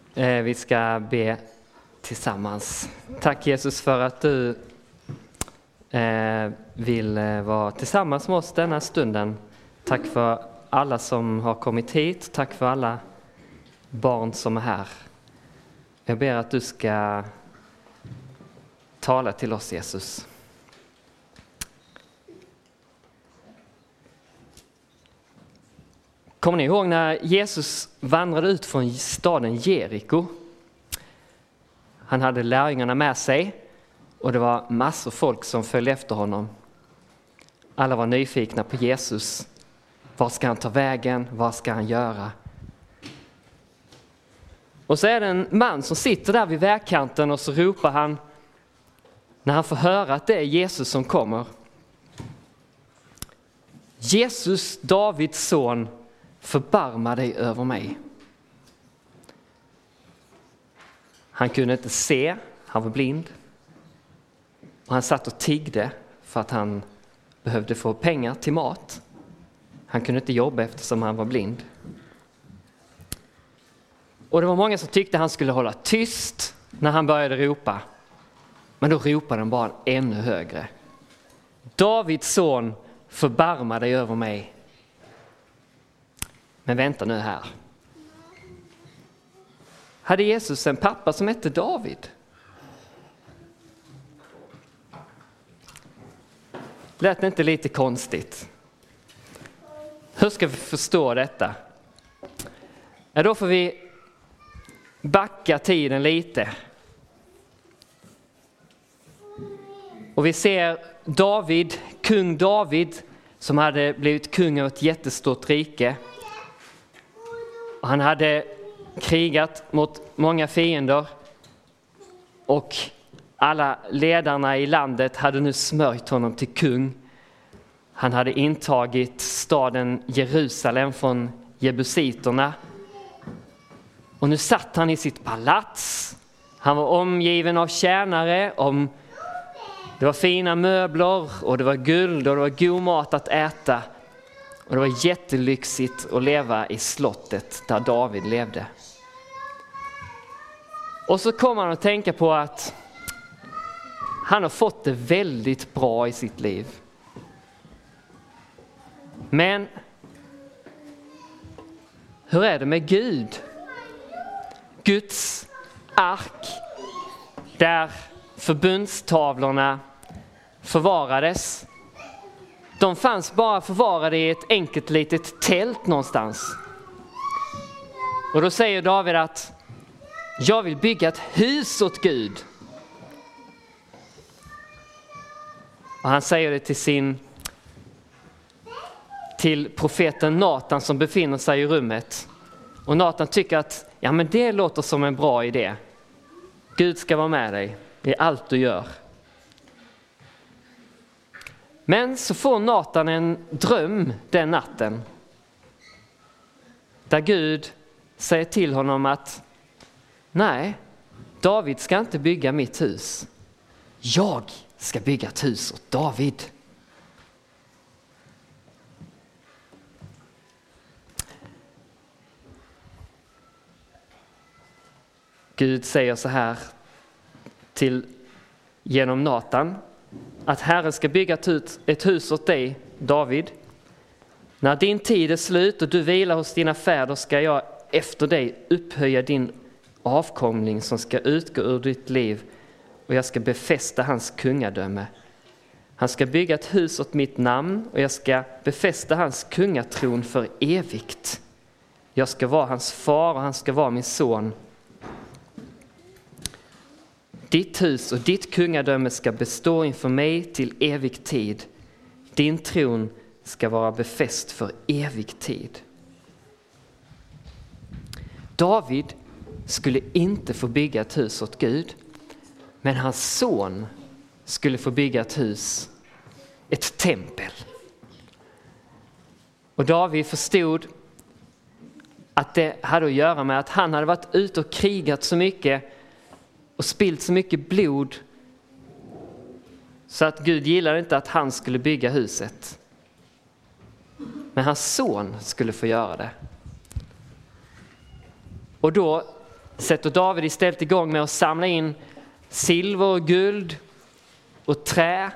Vi ska be tillsammans. Tack Jesus för att du vill vara tillsammans med oss denna stunden. Tack för alla som har kommit hit. Tack för alla barn som är här. Jag ber att du ska tala till oss, Jesus. Kommer ni ihåg när Jesus vandrade ut från staden Jeriko? Han hade lärjungarna med sig och det var massor folk som följde efter honom. Alla var nyfikna på Jesus. Var ska han ta vägen? Vad ska han göra? Och så är det en man som sitter där vid vägkanten och så ropar han när han får höra att det är Jesus som kommer. Jesus, Davids son, förbarma dig över mig. Han kunde inte se, han var blind. Och han satt och tiggde för att han behövde få pengar till mat. Han kunde inte jobba eftersom han var blind. Och det var många som tyckte han skulle hålla tyst när han började ropa. Men då ropade han bara ännu högre. Davids son, förbarma dig över mig. Men vänta nu här. Hade Jesus en pappa som hette David? Lät det inte lite konstigt? Hur ska vi förstå detta? Ja, då får vi backa tiden lite. Och vi ser David, kung David, som hade blivit kung över ett jättestort rike. Och han hade krigat mot många fiender och alla ledarna i landet hade nu smörjt honom till kung. Han hade intagit staden Jerusalem från jebusiterna. Och nu satt han i sitt palats. Han var omgiven av tjänare. Det var fina möbler och det var guld och det var god mat att äta. Och det var jättelyxigt att leva i slottet där David levde. Och så kommer han att tänka på att han har fått det väldigt bra i sitt liv. Men hur är det med Gud? Guds ark där förbundstavlorna förvarades. De fanns bara förvarade i ett enkelt litet tält någonstans. Och då säger David att jag vill bygga ett hus åt Gud. Och han säger det till profeten Natan som befinner sig i rummet. Och Natan tycker att ja, men det låter som en bra idé. Gud ska vara med dig i allt du gör. Men så får Natan en dröm den natten. Där Gud säger till honom att nej, David ska inte bygga mitt hus. Jag ska bygga ett hus åt David. Gud säger så här genom Natan att Herren ska bygga ett hus åt dig, David. När din tid är slut och du vilar hos dina fäder ska jag efter dig upphöja din avkomling som ska utgå ur ditt liv och jag ska befästa hans kungadöme. Han ska bygga ett hus åt mitt namn och jag ska befästa hans kungatron för evigt. Jag ska vara hans far och han ska vara min son. Ditt hus och ditt kungadöme ska bestå inför mig till evig tid. Din tron ska vara befäst för evig tid. David skulle inte få bygga ett hus åt Gud, men hans son skulle få bygga ett hus, ett tempel. Och David förstod att det hade att göra med att han hade varit ute och krigat så mycket och spilt så mycket blod så att Gud gillade inte att han skulle bygga huset. Men hans son skulle få göra det. Och då sätter David istället igång med att samla in silver och guld och trä.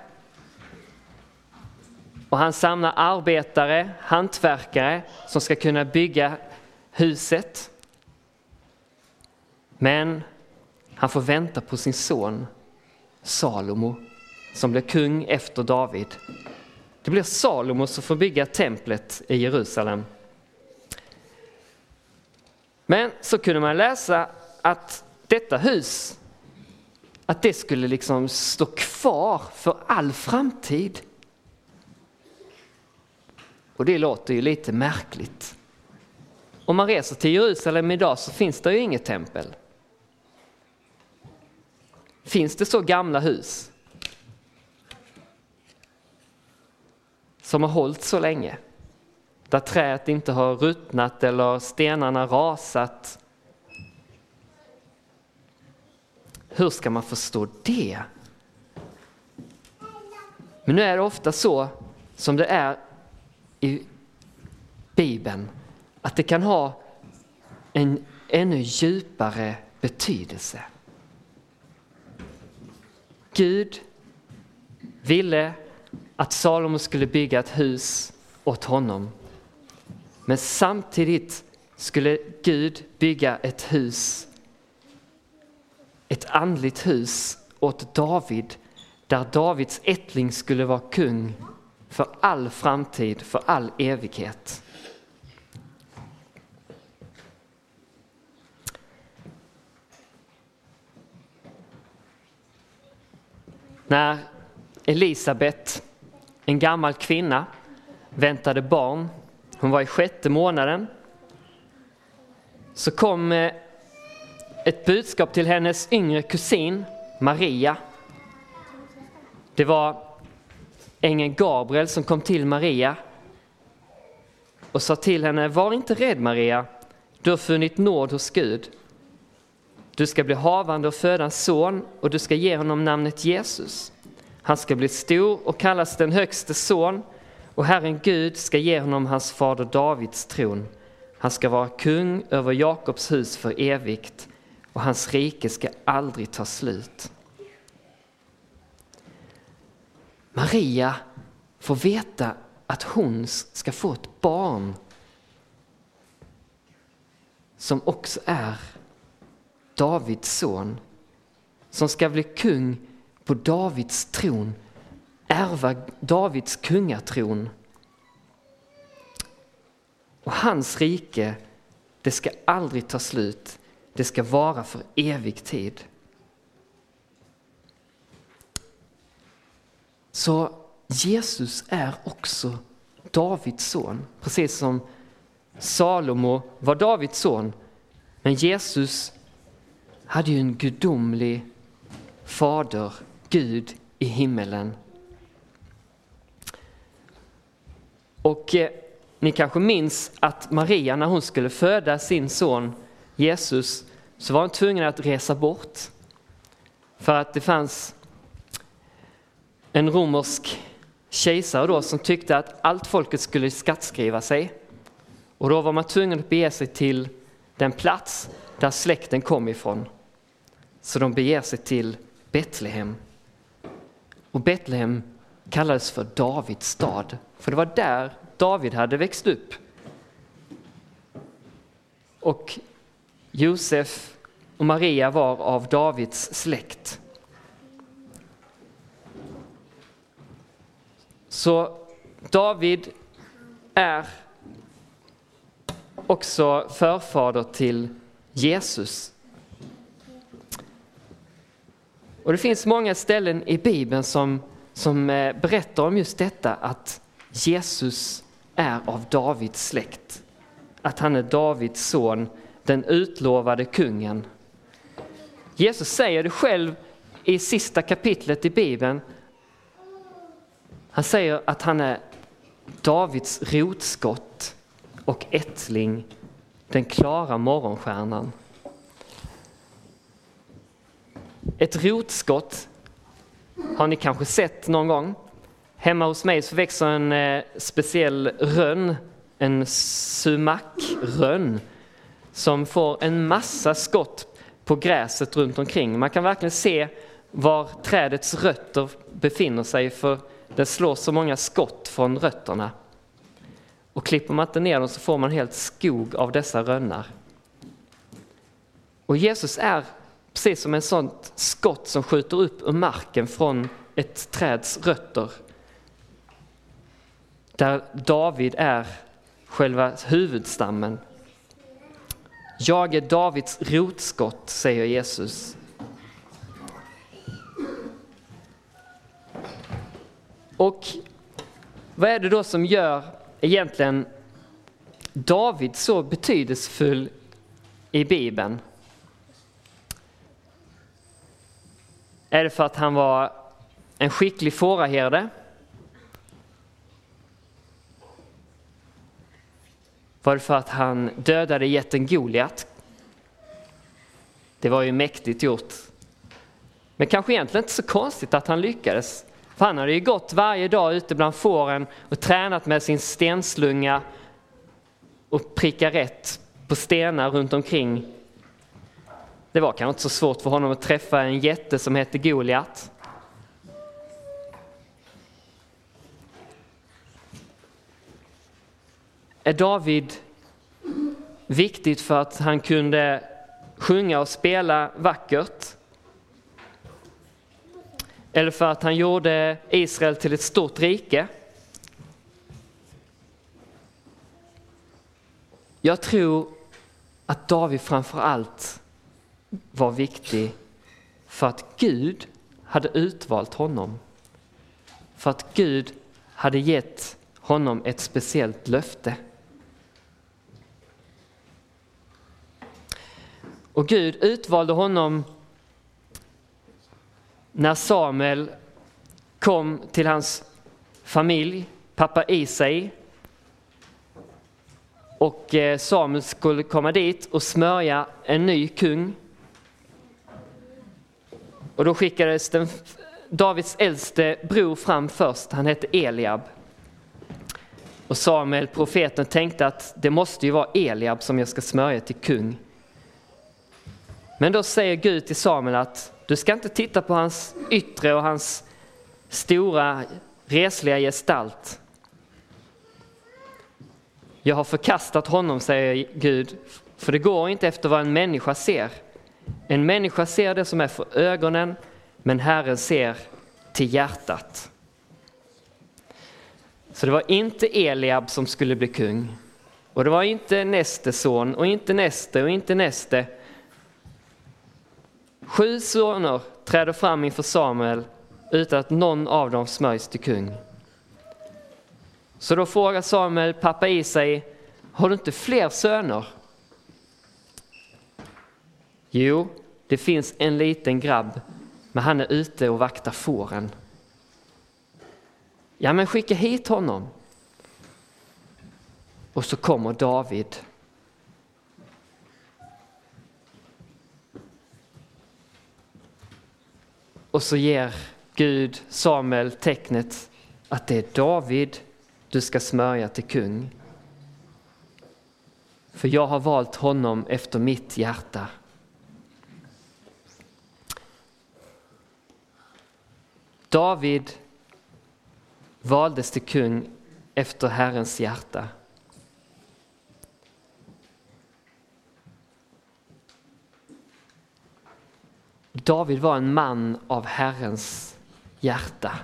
Och han samlar arbetare, hantverkare som ska kunna bygga huset. Men han får vänta på sin son Salomo som blir kung efter David. Det blir Salomo som får bygga templet i Jerusalem. Men så kunde man läsa att detta hus, att det skulle liksom stå kvar för all framtid. Och det låter ju lite märkligt. Om man reser till Jerusalem idag så finns det ju inget tempel. Finns det så gamla hus som har hållit så länge? Där träet inte har ruttnat eller stenarna rasat. Hur ska man förstå det? Men nu är det ofta så som det är i Bibeln. Att det kan ha en ännu djupare betydelse. Gud ville att Salomo skulle bygga ett hus åt honom. Men samtidigt skulle Gud bygga ett hus, ett andligt hus åt David, där Davids ättling skulle vara kung för all framtid, för all evighet. När Elisabet, en gammal kvinna, väntade barn, hon var i 6:e månaden, så kom ett budskap till hennes yngre kusin Maria. Det var ängeln Gabriel som kom till Maria och sa till henne: var inte rädd Maria, du har funnit nåd hos Gud. Du ska bli havande och föda en son och du ska ge honom namnet Jesus. Han ska bli stor och kallas den högste son och Herren Gud ska ge honom hans fader Davids tron. Han ska vara kung över Jakobs hus för evigt och hans rike ska aldrig ta slut. Maria får veta att hon ska få ett barn som också är Davids son, som ska bli kung på Davids tron, ärva Davids kungatron. Och hans rike, det ska aldrig ta slut, det ska vara för evig tid. Så Jesus är också Davids son, precis som Salomo var Davids son. Men Jesus hade ju en gudomlig fader, Gud i himmelen. Och ni kanske minns att Maria, när hon skulle föda sin son Jesus, så var hon tvungen att resa bort. För att det fanns en romersk kejsare då som tyckte att allt folket skulle skattskriva sig. Och då var man tvungen att bege sig till den plats där släkten kom ifrån. Så de beger sig till Betlehem. Och Betlehem kallades för Davids stad. För det var där David hade växt upp. Och Josef och Maria var av Davids släkt. Så David är också förfader till Jesus. Och det finns många ställen i Bibeln som berättar om just detta, att Jesus är av Davids släkt. Att han är Davids son, den utlovade kungen. Jesus säger det själv i sista kapitlet i Bibeln. Han säger att han är Davids rotskott och ättling, den klara morgonstjärnan. Ett rotskott har ni kanske sett någon gång. Hemma hos mig så växer en speciell rönn, en sumakrönn, som får en massa skott på gräset runt omkring. Man kan verkligen se var trädets rötter befinner sig, för det slår så många skott från rötterna. Och klipper man inte ner dem så får man helt skog av dessa rönnar. Och Jesus är precis som en sånt skott som skjuter upp ur marken från ett träds rötter. Där David är själva huvudstammen. Jag är Davids rotskott, säger Jesus. Och vad är det då som gör egentligen David så betydelsefull i Bibeln? Är det för att han var en skicklig fåraherde? Var det för att han dödade jätten Goliat? Det var ju mäktigt gjort. Men kanske egentligen inte så konstigt att han lyckades. För han hade ju gått varje dag ute bland fåren och tränat med sin stenslunga och pricka rätt på stenar runt omkring. Det var kanske inte så svårt för honom att träffa en jätte som hette Goliat. Är David viktigt för att han kunde sjunga och spela vackert? Eller för att han gjorde Israel till ett stort rike? Jag tror att David framför allt var viktig för att Gud hade utvalt honom. För att Gud hade gett honom ett speciellt löfte. Och Gud utvalde honom när Samuel kom till hans familj, pappa Isai. Och Samuel skulle komma dit och smörja en ny kung. Och då skickades Davids äldste bror fram först. Han hette Eliab. Och Samuel, profeten, tänkte att det måste ju vara Eliab som jag ska smörja till kung. Men då säger Gud till Samuel att du ska inte titta på hans yttre och hans stora resliga gestalt. Jag har förkastat honom, säger Gud, för det går inte efter vad en människa ser. En människa ser det som är för ögonen, men Herren ser till hjärtat. Så det var inte Eliab som skulle bli kung. Och det var inte näste son och inte näste och inte näste. 7 söner träder fram inför Samuel utan att någon av dem smörjs till kung. Så då frågar Samuel pappa Isai, har du inte fler söner? Jo, det finns en liten grabb, men han är ute och vaktar fåren. Ja, men skicka hit honom. Och så kommer David. Och så ger Gud Samuel tecknet att det är David du ska smörja till kung. För jag har valt honom efter mitt hjärta. David valdes till kung efter Herrens hjärta. David var en man av Herrens hjärta.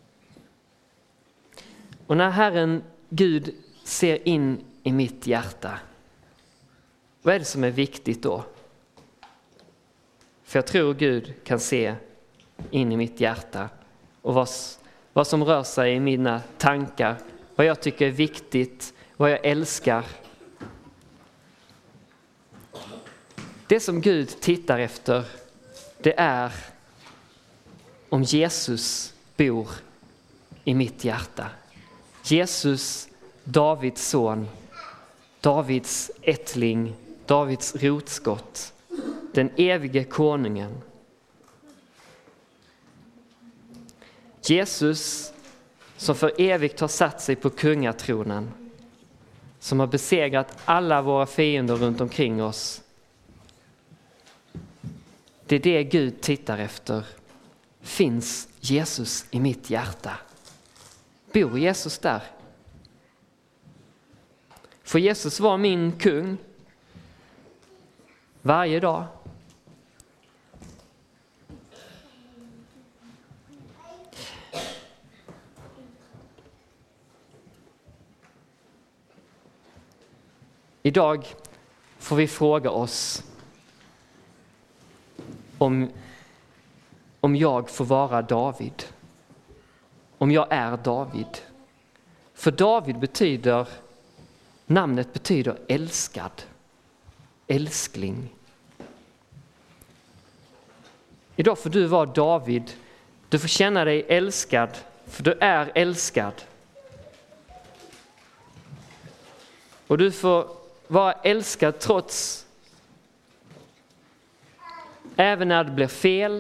Och när Herren Gud ser in i mitt hjärta, vad är det som är viktigt då? För jag tror Gud kan se in i mitt hjärta och vad som rör sig i mina tankar, vad jag tycker är viktigt, vad jag älskar. Det som Gud tittar efter, det är om Jesus bor i mitt hjärta. Jesus, Davids son, Davids ättling, Davids rotskott, den evige konungen. Jesus som för evigt har satt sig på kungatronen, som har besegrat alla våra fiender runt omkring oss. Det är det Gud tittar efter. Finns Jesus i mitt hjärta? Bor Jesus där? Får Jesus vara min kung varje dag? Idag får vi fråga oss om jag får vara David. Om jag är David. För namnet betyder älskad, älskling. Idag får du vara David. Du får känna dig älskad, för du är älskad. Och du får vara älskad trots, även när det blir fel,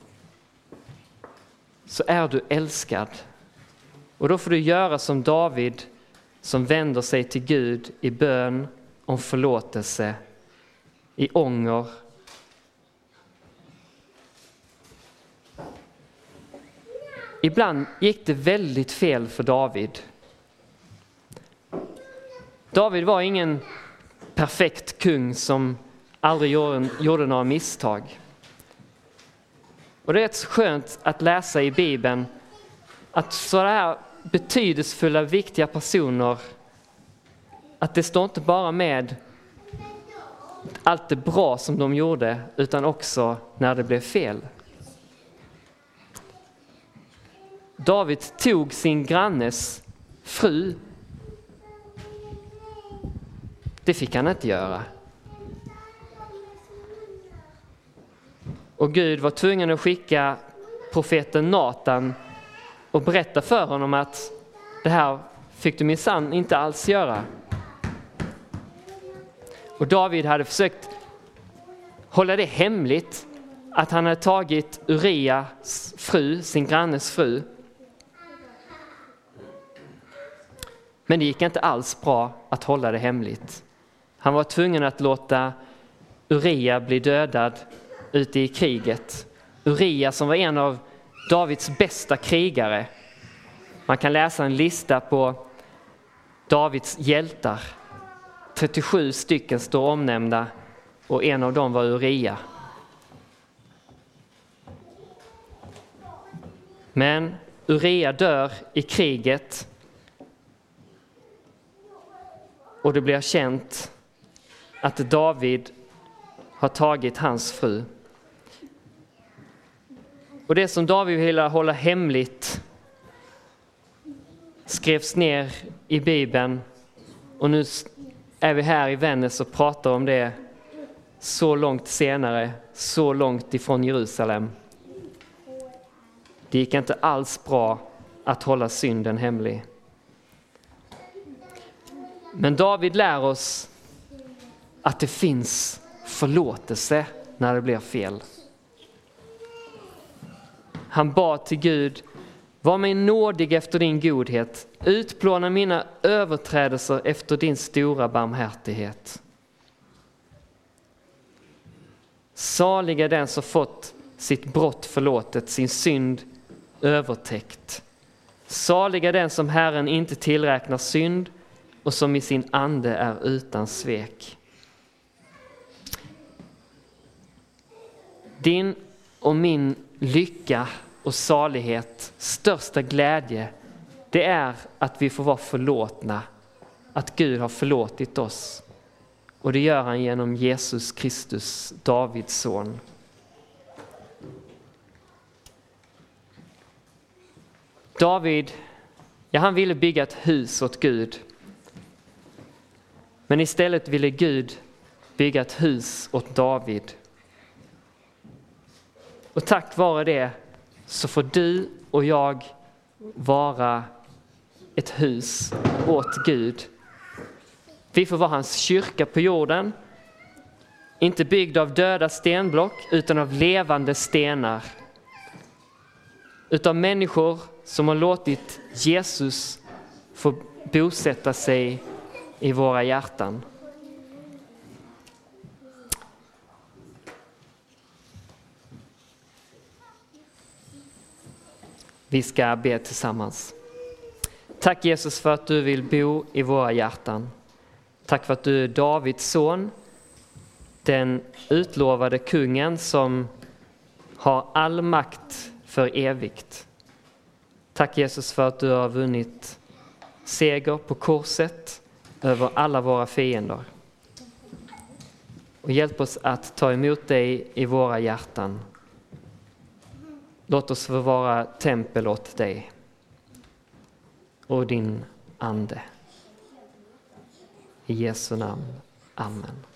så är du älskad. Och då får du göra som David, som vänder sig till Gud i bön om förlåtelse, i ånger. Ibland gick det väldigt fel för David. David var ingen perfekt kung som aldrig gjorde några misstag. Och det är rätt skönt att läsa i Bibeln att sådana här betydelsefulla, viktiga personer, att det står inte bara med allt det bra som de gjorde, utan också när det blev fel. David tog sin grannes fru. Det fick han inte göra. Och Gud var tvungen att skicka profeten Natan och berätta för honom att det här fick du minsann inte alls göra. Och David hade försökt hålla det hemligt att han hade tagit Urias fru, sin grannes fru. Men det gick inte alls bra att hålla det hemligt. Han var tvungen att låta Uria bli dödad ute i kriget. Uria som var en av Davids bästa krigare. Man kan läsa en lista på Davids hjältar. 37 stycken står omnämnda och en av dem var Uria. Men Uria dör i kriget och det blir känt att David har tagit hans fru. Och det som David ville hålla hemligt skrevs ner i Bibeln. Och nu är vi här i Vännäs och pratar om det så långt senare, så långt ifrån Jerusalem. Det gick inte alls bra att hålla synden hemlig. Men David lär oss att det finns förlåtelse när det blir fel. Han bad till Gud: var mig nådig efter din godhet, utplåna mina överträdelser efter din stora barmhärtighet. Salig är den som fått sitt brott förlåtet, sin synd övertäckt. Salig är den som Herren inte tillräknar synd och som i sin ande är utan svek. Din och min lycka och salighet, största glädje, det är att vi får vara förlåtna. Att Gud har förlåtit oss. Och det gör han genom Jesus Kristus, Davids son. David, han ville bygga ett hus åt Gud. Men istället ville Gud bygga ett hus åt David. Och tack vare det så får du och jag vara ett hus åt Gud. Vi får vara hans kyrka på jorden. Inte byggd av döda stenblock utan av levande stenar. Utav människor som har låtit Jesus få bosätta sig i våra hjärtan. Vi ska be tillsammans. Tack Jesus för att du vill bo i våra hjärtan. Tack för att du är Davids son, den utlovade kungen som har all makt för evigt. Tack Jesus för att du har vunnit seger på korset över alla våra fiender. Och hjälp oss att ta emot dig i våra hjärtan. Låt oss få vara tempel åt dig och din ande. I Jesu namn. Amen.